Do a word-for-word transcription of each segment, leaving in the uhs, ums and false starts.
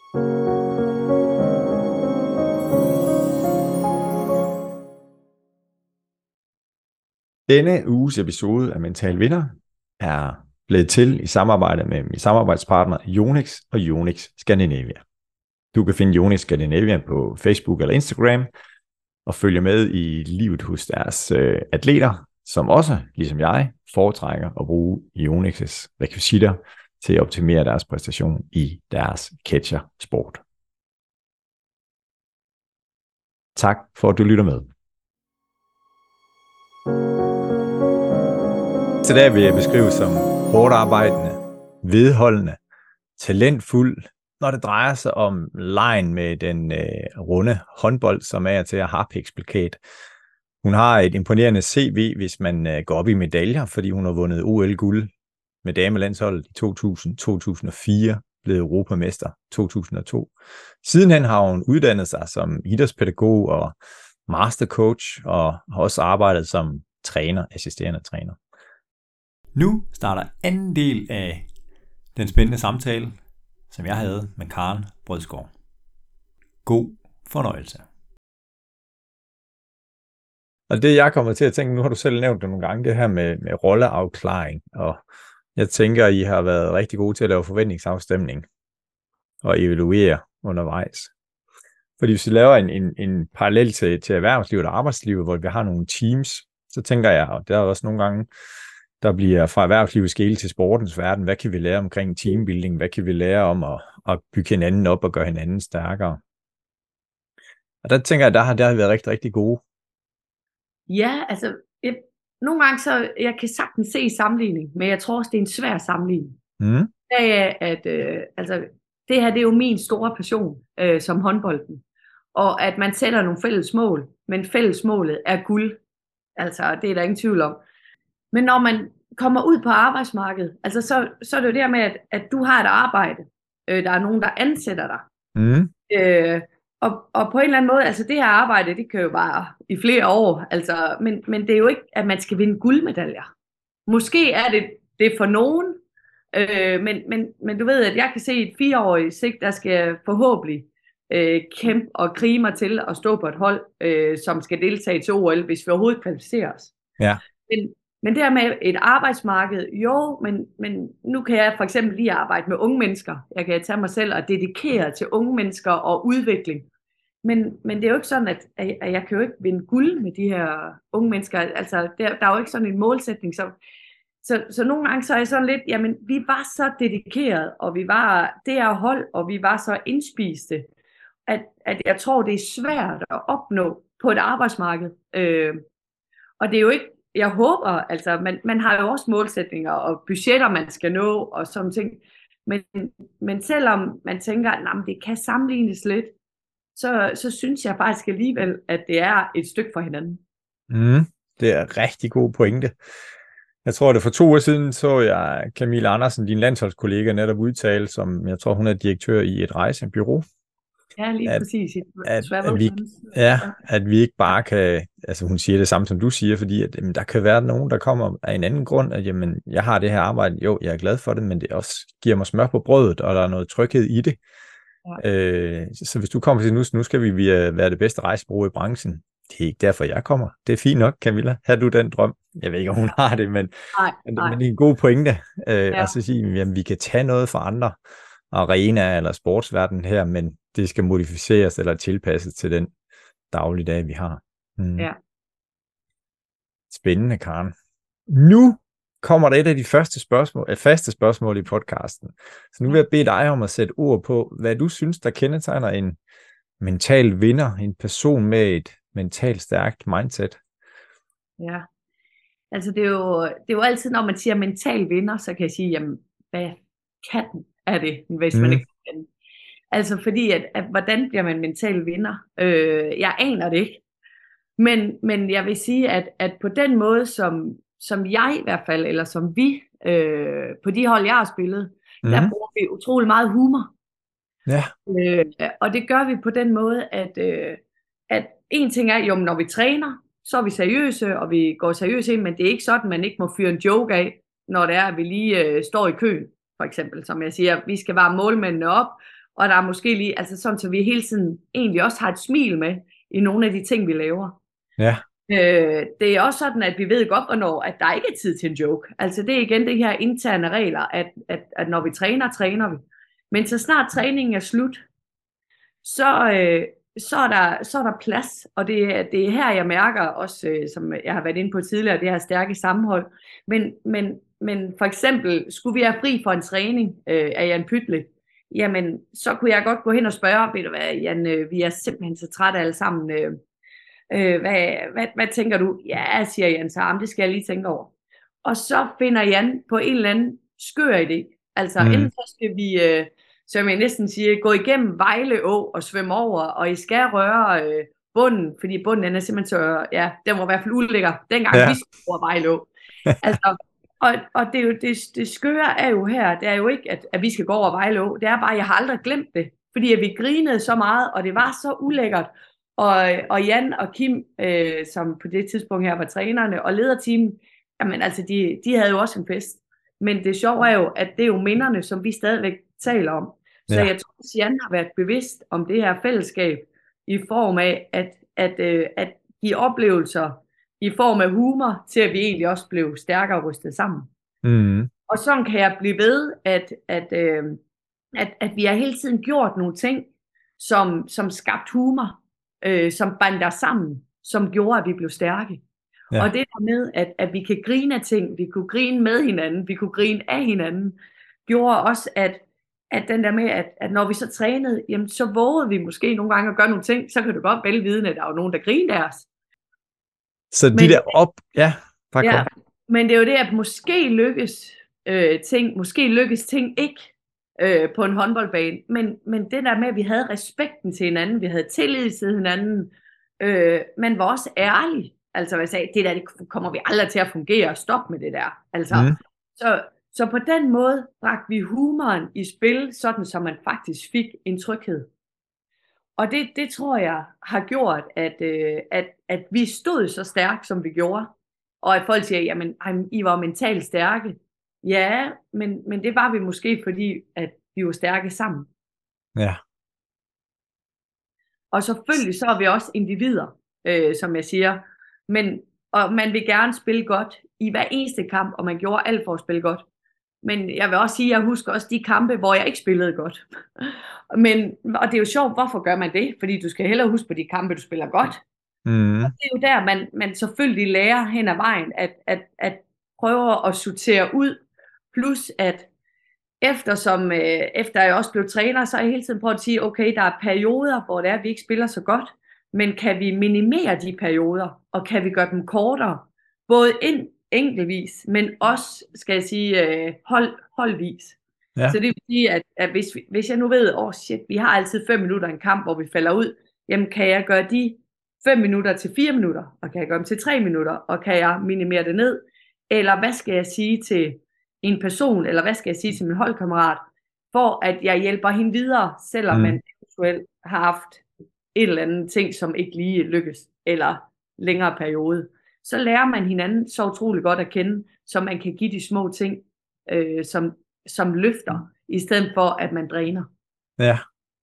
Denne uges episode af Mental Vinder er blevet til i samarbejde med min samarbejdspartner Yonex og Yonex Scandinavia. Du kan finde Yonex Scandinavia på Facebook eller Instagram og følge med i livet hos deres øh, atleter, som også, ligesom jeg, foretrækker at bruge Yonex' rekvisitter til at optimere deres præstation i deres catcher-sport. Tak for at du lytter med. Så der vil jeg beskrive som hårdt arbejdende, vedholdende, talentfuld, når det drejer sig om legen med den øh, runde håndbold, som er til at harpiksplakat. Hun har et imponerende C V, hvis man øh, går op i medaljer, fordi hun har vundet O L-guld med damelandsholdet i to tusind, to tusind og fire, blevet europamester to tusind og to. Sidenhen har hun uddannet sig som idrætspædagog og mastercoach, og har også arbejdet som træner, assisterende træner. Nu starter anden del af den spændende samtale, som jeg havde med Karen Brødsgaard. God fornøjelse. Og det jeg kommer til at tænke, nu har du selv nævnt det nogle gange, det her med, med rolleafklaring, og jeg tænker, I har været rigtig gode til at lave forventningsafstemning og evaluere undervejs. Fordi hvis vi laver en, en, en parallel til, til erhvervslivet og arbejdslivet, hvor vi har nogle teams, så tænker jeg, og der er også nogle gange, der bliver fra erhvervslivet skele til sportens verden. Hvad kan vi lære omkring teambuilding? Hvad kan vi lære om at, at bygge hinanden op og gøre hinanden stærkere? Og der tænker jeg, der har der har været rigtig, rigtig gode. Ja, altså, jeg, nogle gange så, jeg kan sagtens se sammenligning, men jeg tror også, det er en svær sammenligning. Mm. Det er, at øh, altså, det her, det er jo min store passion øh, som håndbolden. Og at man sætter nogle fælles mål, men fælles målet er guld. Altså, det er der ingen tvivl om. Men når man kommer ud på arbejdsmarkedet, altså så, så er det jo der med, at, at du har et arbejde. Øh, der er nogen, der ansætter dig. Mm. Øh, og, og på en eller anden måde, altså det her arbejde, det kan jo bare i flere år. Altså, men, men det er jo ikke, at man skal vinde guldmedaljer. Måske er det det for nogen, øh, men, men, men du ved, at jeg kan se et fireårigt sigt, der skal forhåbentlig øh, kæmpe og krige mig til at stå på et hold, øh, som skal deltage til O L, hvis vi overhovedet kvalificerer os. Ja. Men, men det her med et arbejdsmarked, jo, men, men nu kan jeg for eksempel lige arbejde med unge mennesker. Jeg kan tage mig selv og dedikere til unge mennesker og udvikling. Men, men det er jo ikke sådan, at, at jeg kan jo ikke vinde guld med de her unge mennesker. Altså, der, der er jo ikke sådan en målsætning. Så, så, så nogle gange så er jeg sådan lidt, jamen, vi var så dedikeret, og vi var det her hold, og vi var så indspiste, at, at jeg tror, det er svært at opnå på et arbejdsmarked. Øh, og det er jo ikke, jeg håber, altså, man, man har jo også målsætninger og budgetter, man skal nå, og sådan ting. Men, men selvom man tænker, at det kan sammenlignes lidt, så, så synes jeg faktisk alligevel, at det er et stykke for hinanden. Mm, det er en rigtig god pointe. Jeg tror, det for to år siden så jeg Camilla Andersen, din landsholdskollega, netop udtale, som jeg tror, hun er direktør i et rejsebureau. Ja, lige at, præcis. At, at, vi, ja, at vi ikke bare kan, altså hun siger det samme som du siger, fordi at, jamen, der kan være nogen, der kommer af en anden grund, at jamen, jeg har det her arbejde, jo, jeg er glad for det, men det også giver mig smør på brødet, og der er noget tryghed i det. Ja. Øh, så hvis du kommer til nu, nu skal vi være det bedste rejsebureau i branchen, det er ikke derfor, jeg kommer. Det er fint nok, Camilla. Har du den drøm? Jeg ved ikke, om hun har det, men, nej, men, nej. men det er en god pointe. Øh, ja. Og så sige, at vi kan tage noget fra andre arenaer eller sportsverden her, men det skal modificeres eller tilpasses til den dagligdag, vi har. Mm. Ja. Spændende, Karen. Nu kommer der et af de første spørgsmål, faste spørgsmål i podcasten. Så nu vil jeg bede dig om at sætte ord på, hvad du synes, der kendetegner en mental vinder, en person med et mentalt stærkt mindset. Ja, altså det er jo, det er jo altid, når man siger mental vinder, så kan jeg sige, jamen, hvad kan er det, hvis mm. man ikke kan. Altså fordi, at, at hvordan bliver man mental vinder? Øh, jeg aner det ikke. Men, men jeg vil sige, at, at på den måde, som, som jeg i hvert fald, eller som vi, øh, på de hold, jeg har spillet, mm. der bruger vi utrolig meget humor. Ja. Øh, og det gør vi på den måde, at, øh, at en ting er, jo, når vi træner, så er vi seriøse, og vi går seriøst ind, men det er ikke sådan, man ikke må fyre en joke af, når det er, at vi lige øh, står i køen, for eksempel, som jeg siger, vi skal varme målmændene op, og der er måske lige, altså sådan, så vi hele tiden egentlig også har et smil med i nogle af de ting, vi laver. Ja. Øh, det er også sådan, at vi ved godt, hvornår, at der ikke er tid til en joke. Altså det er igen det her interne regler, at, at, at når vi træner, træner vi. Men så snart træningen er slut, så, øh, så, er, der, så er der plads, og det, det er her, jeg mærker også, øh, som jeg har været inde på tidligere, det her stærke sammenhold. Men, men, men for eksempel, skulle vi have fri for en træning øh, af Jan Pytlik, jamen så kunne jeg godt gå hen og spørge, ved du hvad, Jan, øh, vi er simpelthen så trætte alle sammen, øh, øh, hvad, hvad, hvad tænker du? Ja, siger Jan så, det skal jeg lige tænke over. Og så finder Jan på en eller anden skør idé. Altså mm. enten så skal vi, øh, som jeg næsten siger, gå igennem Vejle Å og svømme over, og I skal røre øh, bunden, fordi bunden den er simpelthen så, ja, den var i hvert fald ulækker, dengang ja. vi skulle over Vejle Å. Altså, og, og det, er jo, det, det skøre er jo her, det er jo ikke, at, at vi skal gå over Vejle Å, det er bare, at jeg har aldrig glemt det, fordi at vi grinede så meget, og det var så ulækkert. Og, og Jan og Kim, øh, som på det tidspunkt her var trænerne, og lederteamet, jamen altså, de, de havde jo også en fest. Men det sjove er jo, at det er jo minderne, som vi stadigvæk taler om. Så ja. jeg tror, at Jan har været bevidst om det her fællesskab, i form af at, at, øh, at give oplevelser, i form af humor, til at vi egentlig også blev stærkere rystet sammen. Mm. Og sådan kan jeg blive ved, at, at, øh, at, at vi har hele tiden gjort nogle ting, som, som skabte humor, øh, som bandt os sammen, som gjorde, at vi blev stærke. Ja. Og det der med, at, at vi kan grine af ting, vi kunne grine med hinanden, vi kunne grine af hinanden, gjorde også, at, at den der med, at, at når vi så trænede, jamen så vågede vi måske nogle gange at gøre nogle ting, så kan du godt velvidende, at der var nogen, der grinede af os. Så de men, der op, ja, ja, men det er jo det, at måske lykkes øh, ting, måske lykkes ting ikke øh, på en håndboldbane, men, men det der med, at vi havde respekten til hinanden, vi havde tillid til hinanden, øh, men var også ærlige. Altså jeg sagde, det der, det kommer vi aldrig til at fungere, stop med det der. Altså, mm. så, så på den måde bragte vi humoren i spil, sådan så man faktisk fik en tryghed. Og det, det tror jeg har gjort, at, øh, at, at vi stod så stærkt, som vi gjorde. Og at folk siger, jamen, I var mentalt stærke. Ja, men, men det var vi måske, fordi at vi var stærke sammen. Ja. Og selvfølgelig så er vi også individer, øh, som jeg siger. Men, og man vil gerne spille godt i hver eneste kamp, og man gjorde alt for at spille godt. Men jeg vil også sige, at jeg husker også de kampe, hvor jeg ikke spillede godt. Men, og det er jo sjovt, hvorfor gør man det? Fordi du skal hellere huske på de kampe, du spiller godt. Mm. Og det er jo der, man, man selvfølgelig lærer hen ad vejen, at, at, at prøve at sortere ud. Plus at eftersom, øh, efter jeg også blev træner, så har jeg hele tiden prøvet at sige, okay, der er perioder, hvor det er, at vi ikke spiller så godt. Men kan vi minimere de perioder, og kan vi gøre dem kortere? Både ind, enkeltvis, men også, skal jeg sige, hold, holdvis. Ja. Så det vil sige, at, at hvis, vi, hvis jeg nu ved, åh oh shit, vi har altid fem minutter i en kamp, hvor vi falder ud, jamen kan jeg gøre de fem minutter til fire minutter, og kan jeg gøre dem til tre minutter, og kan jeg minimere det ned? Eller hvad skal jeg sige til en person, eller hvad skal jeg sige til min holdkammerat, for at jeg hjælper hende videre, selvom mm. man eventuelt har haft et eller andet ting, som ikke lige lykkes, eller længere periode. Så lærer man hinanden så utroligt godt at kende, så man kan give de små ting, øh, som, som løfter, i stedet for at man dræner. Ja.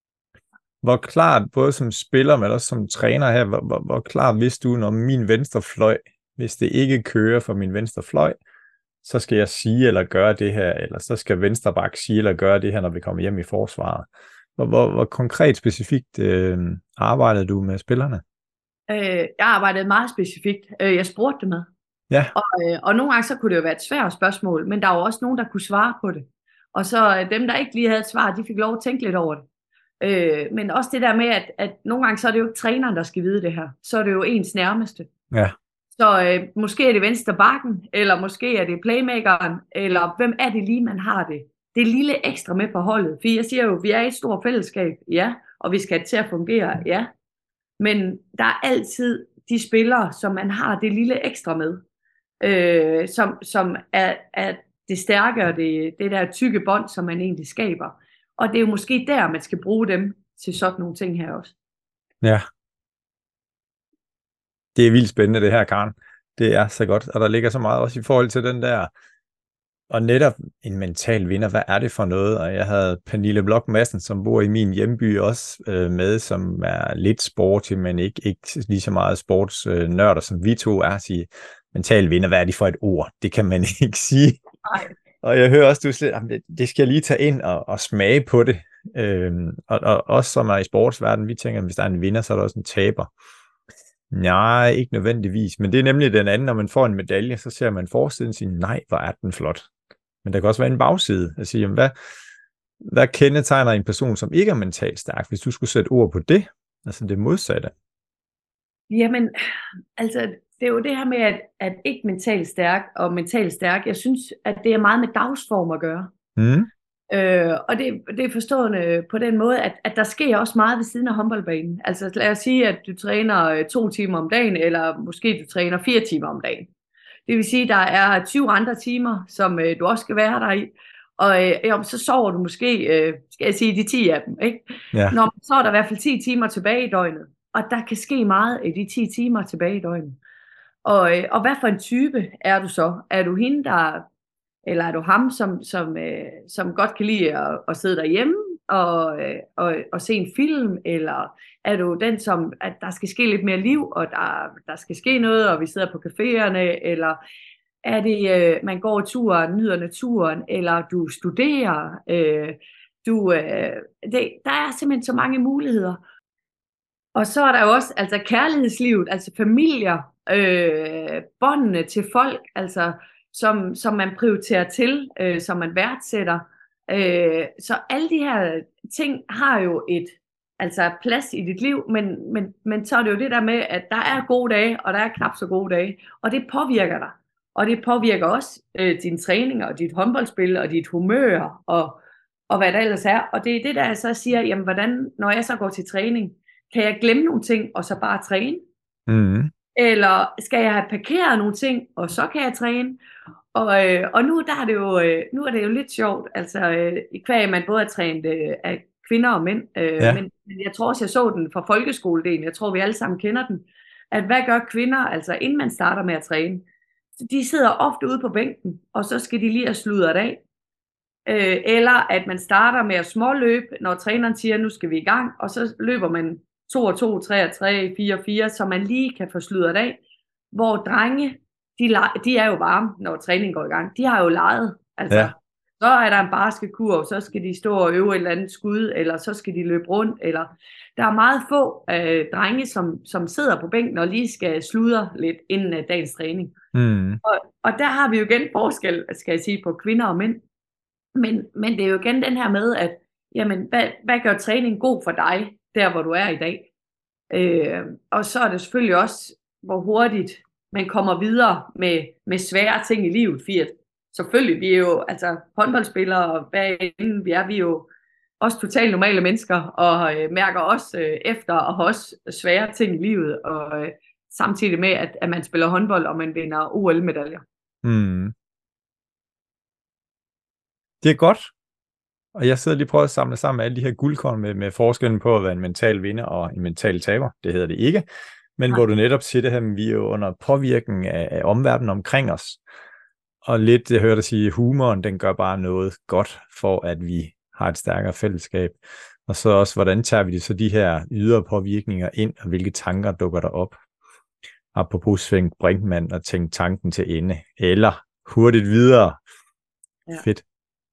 Hvor klart, både som spiller, men også som træner her, hvor, hvor, hvor klart vidste du, når min venstre fløj, hvis det ikke kører for min venstre fløj, så skal jeg sige eller gøre det her, eller så skal venstre bak sige eller gøre det her, når vi kommer hjem i forsvaret. Hvor, hvor, hvor konkret specifikt øh, arbejdede du med spillerne? Øh, jeg arbejdede meget specifikt. Øh, jeg spurgte det med. Ja. Og, øh, og nogle gange så kunne det jo være et svært spørgsmål, men der var også nogen, der kunne svare på det. Og så øh, dem, der ikke lige havde et svar, de fik lov at tænke lidt over det. Øh, men også det der med, at, at nogle gange så er det jo ikke træneren, der skal vide det her. Så er det jo ens nærmeste. Ja. Så øh, måske er det venstre bakken, eller måske er det playmakeren, eller hvem er det lige, man har det. Det er lille ekstra med på holdet. For jeg siger jo, vi er et stort fællesskab, ja, og vi skal til at fungere, ja. Men der er altid de spillere, som man har det lille ekstra med, øh, som, som er, er det stærke og det, det der tykke bånd, som man egentlig skaber. Og det er jo måske der, man skal bruge dem til sådan nogle ting her også. Ja. Det er vildt spændende det her, Karen. Det er så godt, og der ligger så meget også i forhold til den der Og netop en mental vinder, hvad er det for noget? Og jeg havde Pernille Blok Madsen, som bor i min hjemby også øh, med, som er lidt sporty, men ikke, ikke lige så meget sportsnørder, som vi to er, at sige, mental vinder, hvad er det for et ord? Det kan man ikke sige. Nej. Og jeg hører også, du siger, at det skal jeg lige tage ind og, og smage på det. Øhm, og, og os, som er i sportsverdenen, vi tænker, at hvis der er en vinder, så er der også en taber. Nej, ikke nødvendigvis. Men det er nemlig den anden, når man får en medalje, så ser man forsiden og siger, nej, hvor er den flot. Men der kan også være en bagside at sige, jamen, hvad, hvad kendetegner en person, som ikke er mentalt stærk, hvis du skulle sætte ord på det, altså det modsatte? Jamen, altså, det er jo det her med, at, at ikke mentalt stærk og mentalt stærk, jeg synes, at det er meget med dagsform at gøre. Mm. Øh, og det, det er forstående på den måde, at, at der sker også meget ved siden af håndboldbanen. Altså lad os sige, at du træner to timer om dagen, eller måske du træner fire timer om dagen. Det vil sige, at der er tyve andre timer, som øh, du også skal være der i. Og øh, jo, så sover du måske, øh, skal jeg sige, de ti af dem. Ikke? Ja. Når, så er der i hvert fald ti timer tilbage i døgnet. Og der kan ske meget i de ti timer tilbage i døgnet. Og, øh, og hvad for en type er du så? Er du hende, der... Eller er du ham, som, som, øh, som godt kan lide at, at sidde derhjemme og, øh, og, og se en film? Eller er du den, som at der skal ske lidt mere liv, og der, der skal ske noget, og vi sidder på caféerne? Eller er det, øh, man går turen, nyder naturen, eller du studerer? Øh, du, øh, det, der er simpelthen så mange muligheder. Og så er der jo også altså kærlighedslivet, altså familier, øh, båndene til folk, altså Som, som man prioriterer til, øh, som man værdsætter. Øh, så alle de her ting har jo et altså plads i dit liv, men, men, men så er det jo det der med, at der er gode dage, og der er knap så gode dage, og det påvirker dig. Og det påvirker også øh, dine træninger, og dit håndboldspil, og dit humør, og, og hvad der ellers er. Og det er det, der jeg så siger, jamen hvordan, når jeg så går til træning, kan jeg glemme nogle ting, og så bare træne? Mm. Eller skal jeg have parkeret nogle ting, og så kan jeg træne? Og, øh, og nu, der er det jo, øh, nu er det jo lidt sjovt, altså øh, i kvæg man både er trænet øh, af kvinder og mænd, øh, ja. men, men jeg tror også, jeg så den fra folkeskoledelen, jeg tror, vi alle sammen kender den, at hvad gør kvinder, altså inden man starter med at træne? De sidder ofte ude på bænken, og så skal de lige have sludret af. Øh, eller at man starter med at småløbe, når træneren siger, nu skal vi i gang, og så løber man to og to, tre og tre, fire og fire, så man lige kan få sludret af, hvor drenge, de, de er jo varme, når træningen går i gang. De har jo leget. Altså, ja. Så er der en basketkurv, så skal de stå og øve et eller andet skud, eller så skal de løbe rundt. Eller der er meget få øh, drenge, som, som sidder på bænken og lige skal sludre lidt inden uh, dagens træning. Mm. Og, og der har vi jo igen forskel, skal jeg sige, på kvinder og mænd. Men, men det er jo igen den her med, at jamen, hvad, hvad gør træning god for dig, der hvor du er i dag? Øh, og så er det selvfølgelig også, hvor hurtigt man kommer videre med, med svære ting i livet, Fiat. Selvfølgelig, vi er jo altså håndboldspillere, og hvad end vi er, vi er jo også totalt normale mennesker, og øh, mærker også øh, efter, og har også svære ting i livet, og øh, samtidig med, at, at man spiller håndbold, og man vinder O L-medaljer. Mm. Det er godt. Og jeg sidder lige og prøver at samle sammen alle de her guldkorn med, med forskellen på at være en mental vinder og en mental taber. Det hedder det ikke. Men ja. Hvor du netop siger det her, at vi er jo under påvirkning af, af omverdenen omkring os. Og lidt, jeg hørte dig sige, humoren, den gør bare noget godt for, at vi har et stærkere fællesskab. Og så også, hvordan tager vi det så de her ydre påvirkninger ind, og hvilke tanker dukker der op? Apropos Svend Brinkmann og tænke tanken til ende. Eller hurtigt videre. Ja. Fedt.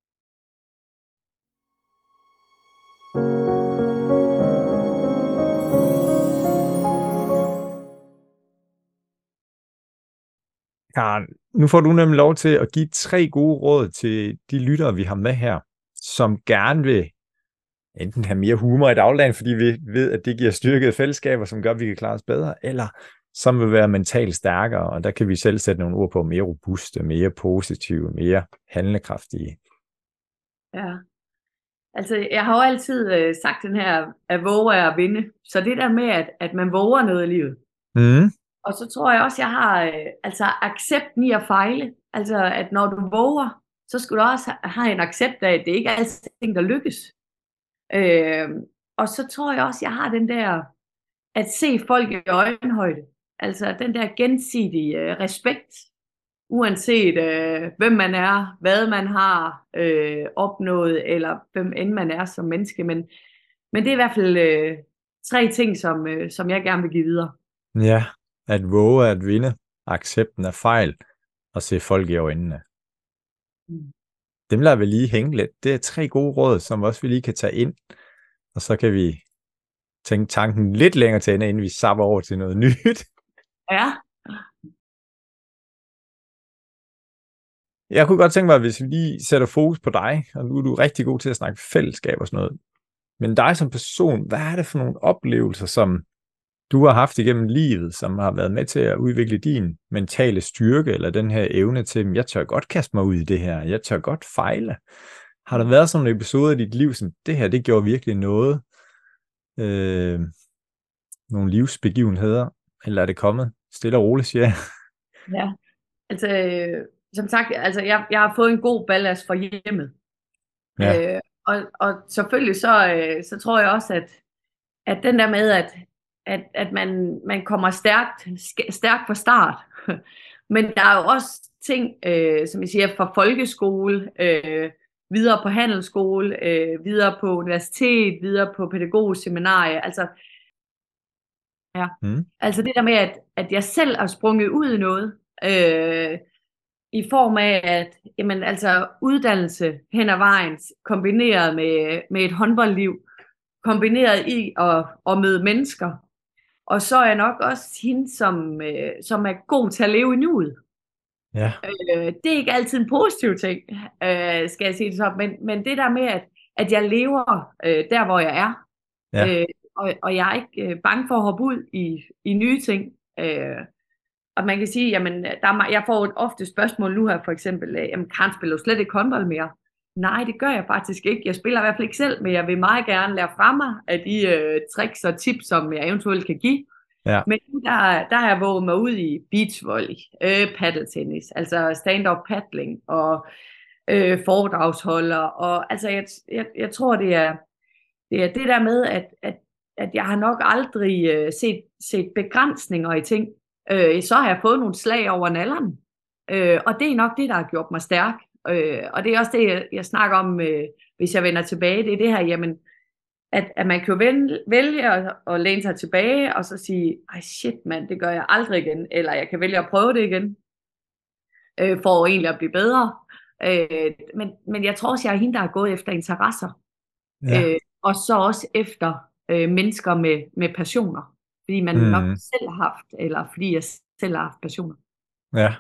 Karen, nu får du nemlig lov til at give tre gode råd til de lyttere, vi har med her, som gerne vil enten have mere humor i dagligdagen, fordi vi ved, at det giver styrkede fællesskaber, som gør, at vi kan klare os bedre, eller som vil være mentalt stærkere, og der kan vi selv sætte nogle ord på mere robuste, mere positive, mere handlekraftige. Ja, altså jeg har jo altid øh, sagt den her, at våge er at vinde, så det der med, at, at man våger noget i livet. Mm. Og så tror jeg også, jeg har øh, altså accepten i at fejle. Altså, at når du våger, så skal du også have en accept af, at det ikke er alting, der lykkes. Øh, og så tror jeg også, jeg har den der, at se folk i øjenhøjde. Altså, den der gensidige øh, respekt. uanset øh, hvem man er, hvad man har øh, opnået, eller hvem end man er som menneske. Men, men det er i hvert fald øh, tre ting, som, øh, som jeg gerne vil give videre. Ja, at våge at vinde, accepten af fejl, og se folk i øjnene. Mm. Dem lader vi lige hænge lidt. Det er tre gode råd, som også vi lige kan tage ind, og så kan vi tænke tanken lidt længere til ende, inden vi zapper over til noget nyt. Ja. Jeg kunne godt tænke mig, hvis vi lige sætter fokus på dig, og nu er du rigtig god til at snakke fællesskab og sådan noget, men dig som person, hvad er det for nogle oplevelser, som du har haft igennem livet, som har været med til at udvikle din mentale styrke, eller den her evne til, at jeg tør godt kaste mig ud i det her, jeg tør godt fejle. Har der været sådan en episode i dit liv, som det her, det gjorde virkelig noget? Øh, nogle livsbegivenheder, eller er det kommet stille og roligt, siger jeg? Ja, altså øh, som sagt, altså jeg, jeg har fået en god ballast fra hjemmet. Ja. Øh, og, og selvfølgelig så, øh, så tror jeg også, at, at den der med, at, at, at man, man kommer stærkt, stærkt fra start. Men der er jo også ting, øh, som jeg siger, fra folkeskole, øh, videre på handelsskole, øh, videre på universitet, videre på pædagogisk seminarie. Altså, ja. Mm. altså det der med, at, at jeg selv er sprunget ud i noget, øh, i form af, at jamen, altså, uddannelse hen ad vejen, kombineret med, med et håndboldliv, kombineret i at, at møde mennesker. Og så er jeg nok også hende, som, øh, som er god til at leve i nuet. Ja. Øh, det er ikke altid en positiv ting, øh, skal jeg sige det så, men, men det der med, at, at jeg lever øh, der, hvor jeg er, Ja. øh, og, og jeg er ikke øh, bange for at hoppe ud i, i nye ting. Øh, og man kan sige, jamen, der er, jeg får et ofte spørgsmål nu her, for eksempel, øh, jamen, Karen, spiller du slet ikke håndbold mere? Nej, det gør jeg faktisk ikke. Jeg spiller i hvert fald ikke selv, men jeg vil meget gerne lære fra mig af de øh, tricks og tips, som jeg eventuelt kan give. Ja. Men der, der har jeg våget mig ud i beachvolley, øh, paddeltennis, altså stand-up paddling og øh, foredragsholder. Og altså, jeg, jeg, jeg tror, det er, det er det der med, at, at, at jeg har nok aldrig øh, set, set begrænsninger i ting. Øh, så har jeg fået nogle slag over nalleren. Øh, og det er nok det, der har gjort mig stærk. Øh, og det er også det, jeg, jeg snakker om, øh, hvis jeg vender tilbage. Det er det her, jamen, at, at man kan jo vælge, vælge at, at læne sig tilbage, og så sige, ej shit mand, det gør jeg aldrig igen. Eller jeg kan vælge at prøve det igen, øh, for egentlig at blive bedre. Øh, men, men jeg tror også, jeg er hende, der har gået efter interesser. Ja. Øh, og så også efter øh, mennesker med, med passioner. Fordi man Mm. nok selv har haft, eller fordi jeg selv har haft passioner. Ja.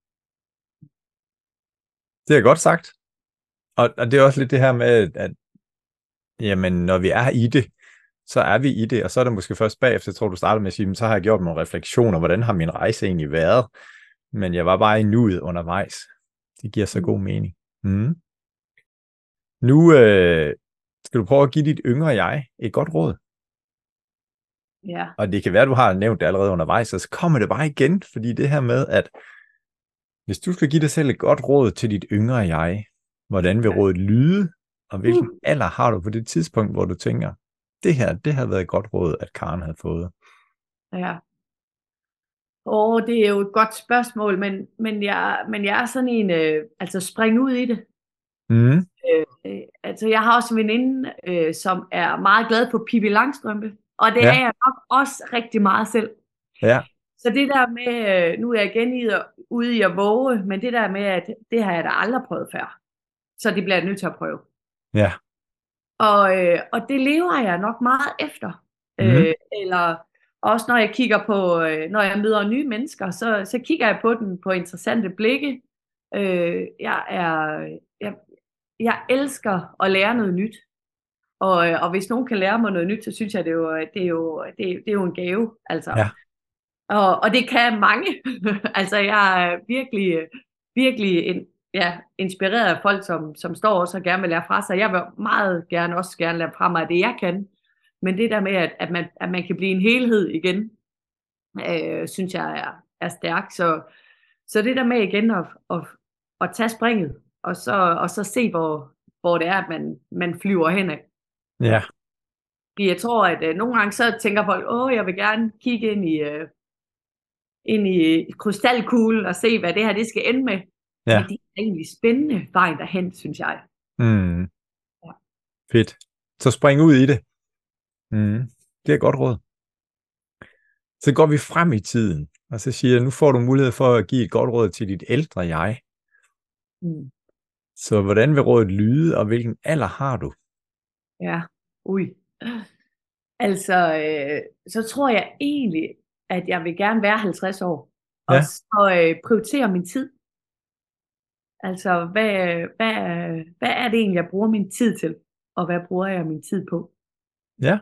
Det er godt sagt. Og, og det er også lidt det her med, at jamen, når vi er i det, så er vi i det, og så er det måske først bagefter, jeg tror du startede med at sige, så har jeg gjort nogle refleksioner, hvordan har min rejse egentlig været? Men jeg var bare i nuet undervejs. Det giver så god mening. Mm. Nu øh, skal du prøve at give dit yngre jeg et godt råd. Ja. Og det kan være, at du har nævnt det allerede undervejs, og så kommer det bare igen, fordi det her med, at hvis du skal give dig selv et godt råd til dit yngre jeg, hvordan vil rådet lyde, og hvilken uh. alder har du på det tidspunkt, hvor du tænker, det her, det har været et godt råd, at Karen havde fået? Ja. Åh, det er jo et godt spørgsmål, men, men, jeg, men jeg er sådan en, øh, altså spring ud i det. Mm. Øh, øh, altså jeg har også en veninde, øh, som er meget glad på Pippi Langstrømpe, og det Ja. er jeg nok også rigtig meget selv. Ja. Så det der med, øh, nu er jeg igen i at, ude i at våge, men det der med, at det har jeg da aldrig prøvet før. Så det bliver jeg nødt til at prøve. Ja. Og, øh, og det lever jeg nok meget efter. Mm. Øh, eller også når jeg kigger på, øh, når jeg møder nye mennesker, så, så kigger jeg på den på interessante blikke. Øh, jeg, er, jeg, jeg elsker at lære noget nyt. Og, og hvis nogen kan lære mig noget nyt, så synes jeg, det er jo, det er jo, det er, det er jo en gave. Altså. Ja. Og, og det kan mange. Altså jeg er virkelig, virkelig en, ja, inspireret af folk, som, som står også og gerne vil lære fra sig. Jeg vil meget gerne også gerne lære fra mig det, jeg kan. Men det der med, at, at, man, at man kan blive en helhed igen, øh, synes jeg er, er stærk. Så, så det der med igen at, at, at tage springet, og så, og så se, hvor, hvor det er, at man, man flyver henad. Ja. Jeg tror, at øh, nogle gange så tænker folk, åh, jeg vil gerne kigge ind i, øh, ind i, i krystalkuglen og se, hvad det her det skal ende med. Ja. Men det er egentlig spændende vejen derhen, synes jeg. Mm. Ja. Fedt. Så spring ud i det. Mm. Det er et godt råd. Så går vi frem i tiden, og så siger jeg, nu får du mulighed for at give et godt råd til dit ældre jeg. Mm. Så hvordan vil rådet lyde, og hvilken alder har du? Ja, ui. Altså, øh, så tror jeg egentlig, at jeg vil gerne være halvtreds år, Ja. og så øh, prioritere min tid. Altså, hvad, hvad, hvad er det egentlig, jeg bruger min tid til, og hvad bruger jeg min tid på? Ja.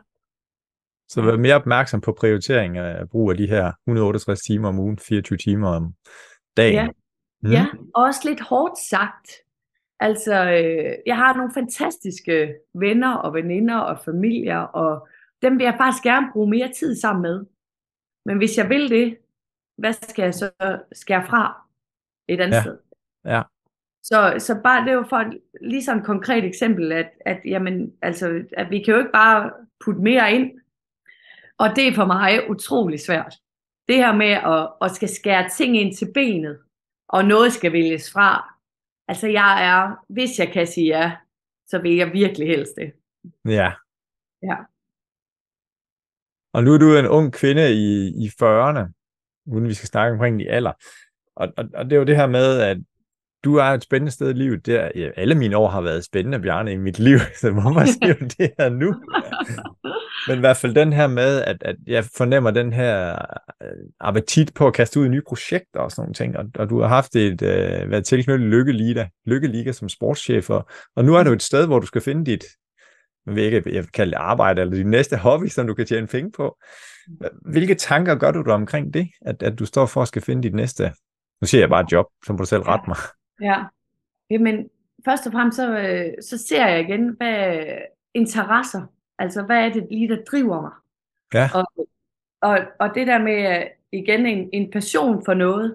Så vær mere opmærksom på prioritering af brug af de her et hundrede og otteogtres timer om ugen, fireogtyve timer om dagen. Ja, Mm. ja, også lidt hårdt sagt. Altså, øh, jeg har nogle fantastiske venner og veninder og familier, og dem vil jeg faktisk gerne bruge mere tid sammen med. Men hvis jeg vil det, hvad skal jeg så skære fra et andet Ja. sted? Ja. Så, så bare det er jo for et, lige sådan et konkret eksempel, at, at, jamen, altså, at vi kan jo ikke bare putte mere ind. Og det er for mig utrolig svært. Det her med at, at skal skære ting ind til benet, og noget skal vælges fra. Altså jeg er, hvis jeg kan sige ja, så vil jeg virkelig helst det. Ja. Ja. Og nu er du en ung kvinde i, i fyrrerne, uden vi skal snakke omkring din alder. Og, og, og det er jo det her med, at du er et spændende sted i livet. Der, ja, alle mine år har været spændende, Bjarne, i mit liv, så hvorfor siger du det her nu? Men i hvert fald den her med, at, at jeg fornemmer den her appetit på at kaste ud i nye projekter og sådan nogle ting, og, og du har haft et, øh, været tilknyttet Lykkeliga, Lykkeliga som sportschef, og, og nu er du et sted, hvor du skal finde dit, jeg vil ikke jeg vil kalde det arbejde, eller din næste hobby, som du kan tjene penge på. Hvilke tanker gør du dig omkring det, at, at du står for at skal finde dit næste, nu siger jeg bare job, så må du selv rette mig. Ja, jamen først og fremmest så, øh, så ser jeg igen, hvad interesser, altså hvad er det lige, der driver mig. Ja. Og, og, og det der med igen en, en passion for noget.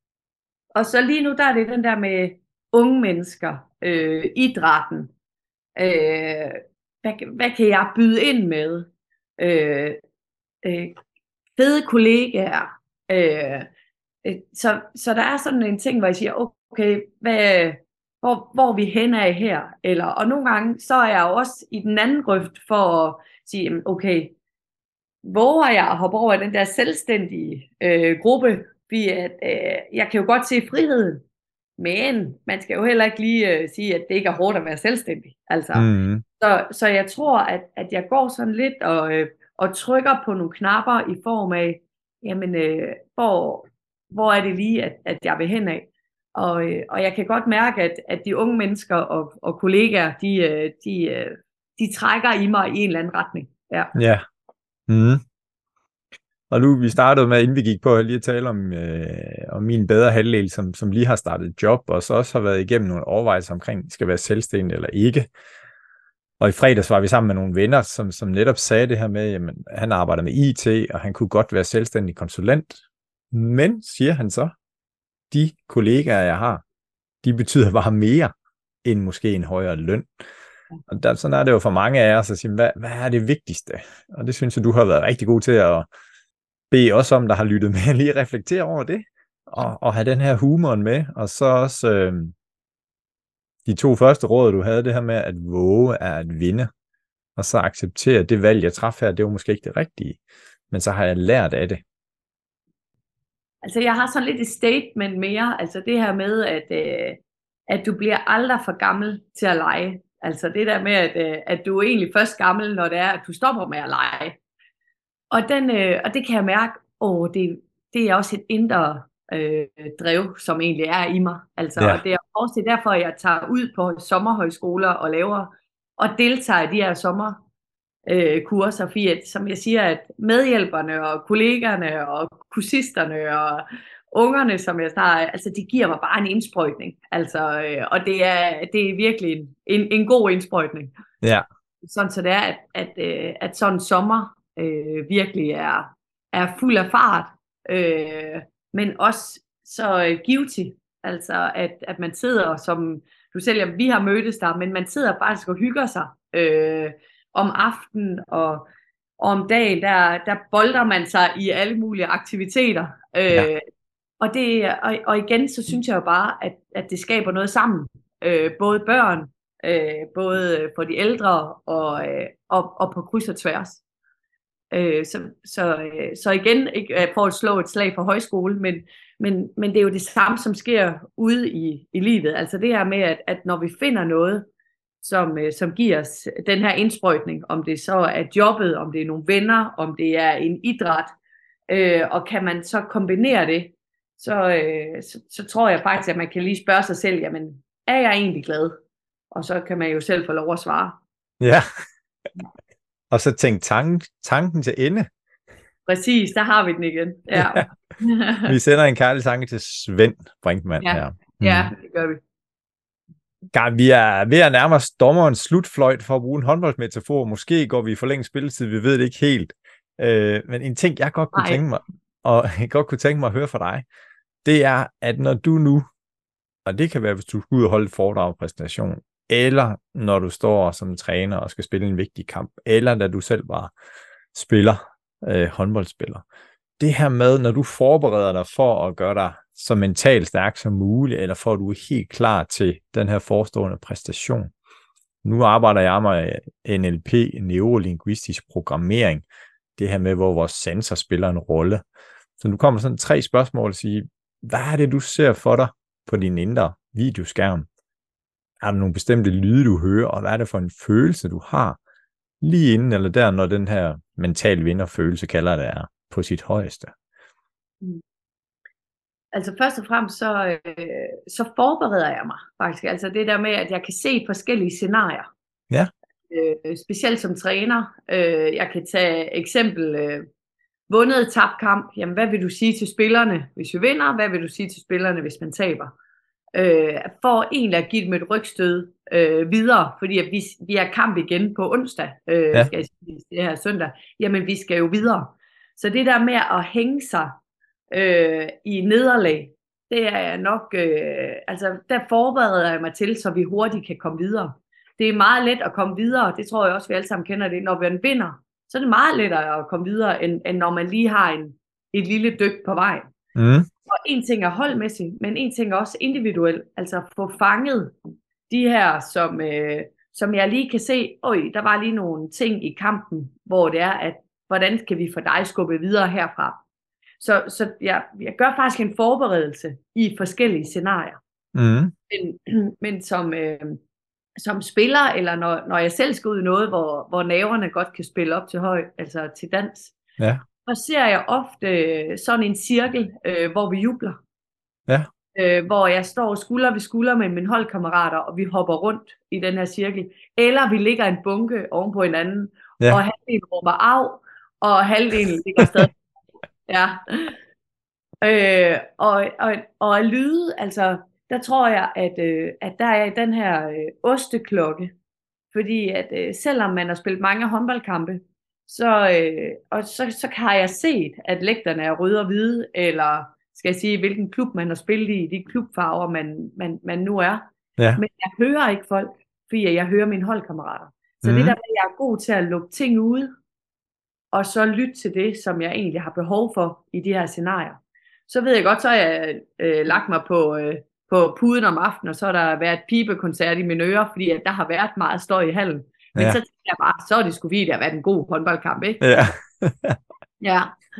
Og så lige nu, der er det den der med unge mennesker, øh, idrætten. Øh, hvad, hvad kan jeg byde ind med? Øh, øh, fede kollegaer. Øh, øh, så, så der er sådan en ting, hvor jeg siger, okay, hvad, hvor, hvor er vi hen af her? Eller, og nogle gange, så er jeg også i den anden grøft for at sige, okay, våger jeg at hoppe over den der selvstændige øh, gruppe, fordi at, øh, jeg kan jo godt se friheden, men man skal jo heller ikke lige øh, sige, at det ikke er hårdt at være selvstændig. Altså, Mm. så, så jeg tror, at, at jeg går sådan lidt og, øh, og trykker på nogle knapper i form af, jamen, øh, hvor, hvor er det lige, at, at jeg vil hen af. Og, øh, og jeg kan godt mærke, at, at de unge mennesker og, og kollegaer, de, øh, de, øh, de trækker i mig i en eller anden retning. Ja. Ja. Mm. Og nu, vi startede med, inden vi gik på lige at tale om, øh, om min bedre halvdel, som, som lige har startet job, og så også har været igennem nogle overvejelser omkring, skal være selvstændig eller ikke. Og i fredags var vi sammen med nogle venner, som, som netop sagde det her med, jamen, han arbejder med I T, og han kunne godt være selvstændig konsulent. Men, siger han så, de kollegaer, jeg har, de betyder bare mere, end måske en højere løn. Og der, sådan er det jo for mange af os at sige, hvad, hvad er det vigtigste? Og det synes jeg, du har været rigtig god til at bede os om, der har lyttet med, lige reflektere over det, og, og have den her humoren med, og så også øh, de to første råd, du havde, det her med, at våge er at vinde, og så acceptere, at det valg, jeg træffede her, det var måske ikke det rigtige, men så har jeg lært af det. Altså, jeg har sådan lidt et statement mere, altså det her med, at, øh, at du bliver aldrig for gammel til at lege. Altså det der med, at, øh, at du er egentlig først gammel, når det er, at du stopper med at lege. Og, den, øh, og det kan jeg mærke, åh, det, det er også et indre øh, drev, som egentlig er i mig. Altså, ja. Og det er også derfor, at jeg tager ud på sommerhøjskoler og laver, og deltager i de her sommerkurser, øh, fordi at, som jeg siger, at medhjælperne og kollegerne og kursisterne og ungerne, som jeg snakker, altså de giver mig bare en indsprøjtning. Altså, øh, og det er, det er virkelig en, en, en god indsprøjtning. Ja. Sådan så det er, at, at, at, at sådan en sommer øh, virkelig er, er fuld af fart, øh, men også så øh, givtig. Altså at, at man sidder, som du selv, vi har mødtes der, men man sidder faktisk og hygger sig øh, om aftenen, og og om dagen, der, der bolder man sig i alle mulige aktiviteter. Øh, Ja. og, det, og, og igen, så synes jeg jo bare, at, at det skaber noget sammen. Øh, både børn, øh, både for de ældre, og, øh, og, og på kryds og tværs. Øh, så, så, øh, så igen, ikke for at slå et slag for højskole, men, men, men det er jo det samme, som sker ude i, i livet. Altså det her med, at, at når vi finder noget, som, øh, som giver os den her indsprøjtning, om det så er jobbet, om det er nogle venner, om det er en idræt, øh, og kan man så kombinere det, så, øh, så, så tror jeg faktisk, at man kan lige spørge sig selv, jamen, er jeg egentlig glad? Og så kan man jo selv få lov at svare. Ja. Og så tænk tanken, tanken til ende. Præcis, der har vi den igen. Ja. Vi sender en kærlig tanke til Svend Brinkmann ja. her. Mm. Ja, det gør vi. God, vi er ved at nærme os dommerens slutfløjt, for at bruge en håndboldsmetafor. Måske går vi i forlænget spilletid, vi ved det ikke helt. Øh, men en ting, jeg godt kunne Nej. tænke mig, og jeg godt kunne tænke mig at høre fra dig, det er, at når du nu, og det kan være, hvis du skal ud og holde et foredrag præsentation, eller når du står som træner og skal spille en vigtig kamp, eller da du selv var spiller, øh, håndboldspiller. Det her med, når du forbereder dig for at gøre dig så mentalt stærk som muligt, eller for at du er helt klar til den her forestående præstation. Nu arbejder jeg med N L P, neurolinguistisk programmering, det her med, hvor vores sensor spiller en rolle. Så nu kommer sådan tre spørgsmål og sige, hvad er det, du ser for dig på din indre videoskærm? Er der nogle bestemte lyde, du hører, og hvad er det for en følelse, du har lige inden eller der, når den her mental vinderfølelse, kalder det, er på sit højeste? Mm. Altså først og fremmest, så, øh, så forbereder jeg mig faktisk. Altså det der med, at jeg kan se forskellige scenarier. Ja. Øh, specielt som træner. Øh, jeg kan tage eksempel, øh, vundet tabt kamp. Jamen hvad vil du sige til spillerne, hvis vi vinder? Hvad vil du sige til spillerne, hvis man taber? Øh, for egentlig at give dem et rygstød øh, videre, fordi at vi, vi har kamp igen på onsdag, øh, ja. skal jeg sige, det her søndag. Jamen vi skal jo videre. Så det der med at hænge sig øh, i nederlag, det er jeg nok, øh, altså der forbereder jeg mig til, så vi hurtigt kan komme videre. Det er meget let at komme videre, det tror jeg også, vi alle sammen kender det. Når man vinder, så er det meget lettere at komme videre, end, end når man lige har en, et lille dyk på vej. Mm. Og en ting er holdmæssigt, men en ting er også individuelt. Altså få fanget de her, som, øh, som jeg lige kan se, øj, der var lige nogle ting i kampen, hvor det er, at hvordan kan vi få dig skubbe videre herfra? Så, så jeg, jeg gør faktisk en forberedelse i forskellige scenarier. Mm. Men, men som, øh, som spiller, eller når, når jeg selv skal ud i noget, hvor, hvor nerverne godt kan spille op til høj, altså til dans, ja. så ser jeg ofte sådan en cirkel, øh, hvor vi jubler. Ja. Øh, hvor jeg står skulder ved skulder med mine holdkammerater, og vi hopper rundt i den her cirkel. Eller vi ligger en bunke oven på hinanden, ja. Og halvdelen råber af, og halvdelen ligger stadig. Ja. Øh, og, og, og at lyde, altså, der tror jeg, at, øh, at der er den her øh, osteklokke. Fordi at øh, selvom man har spillet mange håndboldkampe, så, øh, og så, så har jeg set, at lægterne er røde og hvide, eller skal jeg sige, hvilken klub man har spillet i, de klubfarver, man, man, man nu er. Ja. Men jeg hører ikke folk, fordi jeg hører mine holdkammerater. Så mm. det der med, at jeg er god til at lukke ting ude, og så lytte til det, som jeg egentlig har behov for i de her scenarier. Så ved jeg godt, så har jeg øh, lagt mig på, øh, på puden om aftenen, og så har der været pibekoncert i mine ører, fordi at der har været meget støj i hallen. Men ja. Så tænker jeg bare, så er det sgu fordi, det har været en god håndboldkamp, ikke? Ja. Ja.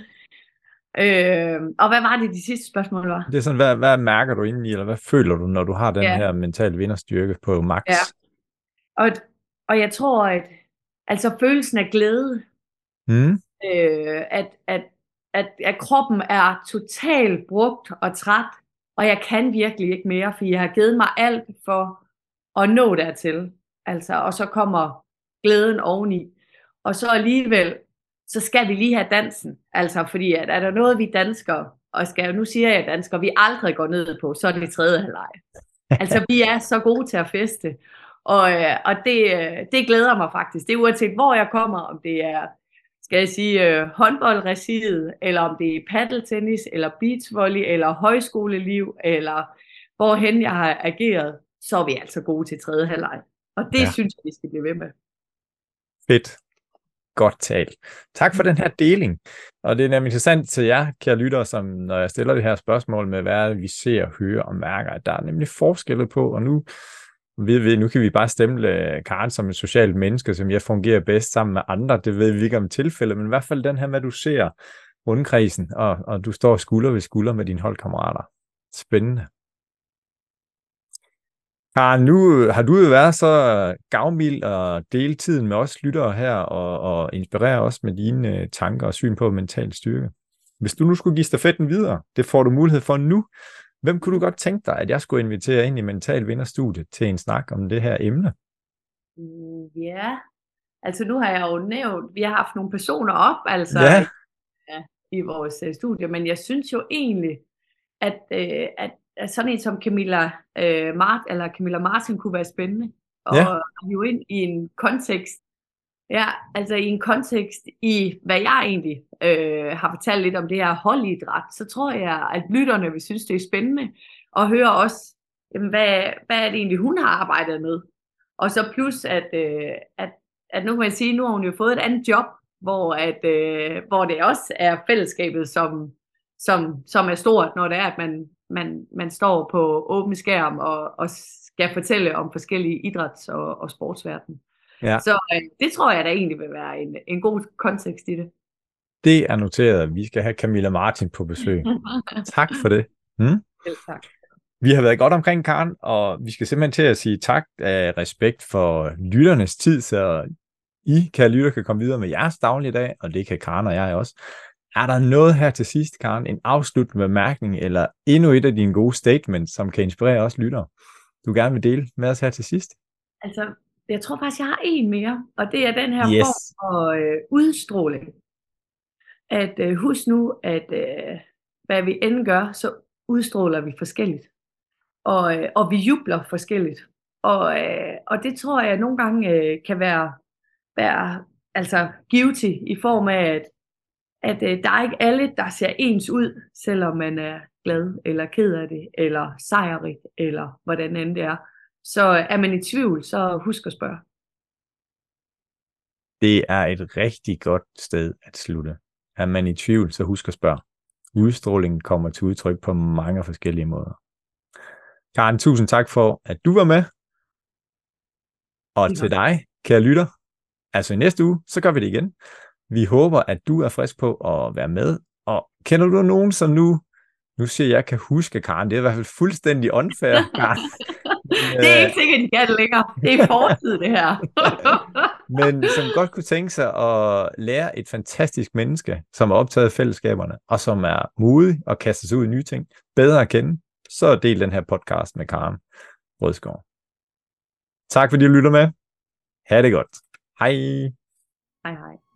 Øh, og hvad var det, de sidste spørgsmål var? Det er sådan, hvad, hvad mærker du indeni, eller hvad føler du, når du har den ja. her mentale vinderstyrke på max? Ja. Og, og jeg tror, at altså følelsen af glæde, mm. øh, at, at, at, at kroppen er totalt brugt og træt, og jeg kan virkelig ikke mere, for jeg har givet mig alt for at nå dertil. Altså, og så kommer glæden oveni. Og så alligevel, så skal vi lige have dansen. Altså, fordi at er der noget, vi danskere, og skal, nu siger jeg danskere, vi aldrig går ned på, så er det tredje halvleg. Altså, vi er så gode til at feste. Og, og det, det glæder mig faktisk. Det er uanset, hvor jeg kommer, om det er, skal jeg sige, håndboldregiet, eller om det er paddeltennis, eller beachvolley, eller højskoleliv, eller hvorhen jeg har ageret, så er vi altså gode til tredje halvleg. Og det ja. synes jeg, vi skal blive ved med. Fedt. Godt talt. Tak for den her deling. Og det er nemlig interessant til jer, kære lyttere, som når jeg stiller det her spørgsmål med, hvad er det, vi ser, hører og mærker, at der er nemlig forskelle på, og nu, ved vi, nu kan vi bare stemple Karen som et socialt menneske, som jeg fungerer bedst sammen med andre. Det ved vi ikke om tilfælde, men i hvert fald den her med, at du ser rundkredsen, og, og du står skulder ved skulder med dine holdkammerater. Spændende. Karen, nu har du jo været så gavmild og dele tiden med os lyttere her, og, og inspirere os med dine tanker og syn på mental styrke. Hvis du nu skulle give stafetten videre, det får du mulighed for nu. Hvem kunne du godt tænke dig, at jeg skulle invitere ind i Mental Vinderstudiet til en snak om det her emne? Ja, yeah. Altså nu har jeg jo nævnt, vi har haft nogle personer op, altså ja. Ja, i vores uh, studie, men jeg synes jo egentlig, at, uh, at, at sådan en som Camilla, uh, Mart, eller Camilla Martin kunne være spændende, og ja. jo ind i en kontekst, ja, altså i en kontekst i, hvad jeg egentlig uh, har fortalt lidt om det her holdidræt, så tror jeg, at lytterne vil synes, det er spændende, og høre også, jamen, hvad, hvad er det egentlig, hun har arbejdet med, og så plus, at, uh, at, at nu kan man sige, nu har hun jo fået et andet job, hvor, at, øh, hvor det også er fællesskabet, som, som, som er stort, når det er, at man, man, man står på åben skærm og, og skal fortælle om forskellige idræts- og, og sportsverden. Ja. Så øh, det tror jeg, der egentlig vil være en, en god kontekst i det. Det er noteret. Vi skal have Camilla Martin på besøg. Tak for det. Hmm? Selv tak. Vi har været godt omkring, Karen, og vi skal simpelthen til at sige tak af respekt for lytternes tid, så I, kære lytter, kan komme videre med jeres dagligdag, og det kan Karen og jeg også. Er der noget her til sidst, Karen, en afsluttende bemærkning, eller endnu et af dine gode statements, som kan inspirere os lyttere, du gerne vil dele med os her til sidst? Altså, jeg tror faktisk, jeg har en mere, og det er den her yes. form for øh, udstråling. At øh, husk nu, at øh, hvad vi end gør, så udstråler vi forskelligt. Og, øh, og vi jubler forskelligt. Og, øh, og det tror jeg nogle gange øh, kan være være altså guilty i form af, at, at øh, der er ikke alle, der ser ens ud, selvom man er glad, eller ked af det, eller sejrig, eller hvordan end det er. Så er man i tvivl, så husk at spørge. Det er et rigtig godt sted at slutte. Er man i tvivl, så husk at spørge. Udstrålingen kommer til udtryk på mange forskellige måder. Karen, tusind tak for, at du var med. Og ja. Til dig, kære lytter, altså i næste uge, så gør vi det igen. Vi håber, at du er frisk på at være med. Og kender du nogen, som nu, nu siger jeg, kan huske, Karen, det er i hvert fald fuldstændig unfair, Karen. Det er ikke sikkert, de kan det længere. Det er fortid, det her. Men som godt kunne tænke sig at lære et fantastisk menneske, som er optaget af fællesskaberne, og som er modig og kaster sig ud i nye ting, bedre at kende, så del den her podcast med Karen Brødsgaard. Tak fordi du lytter med. Ha' det godt. Hej. Hej hej.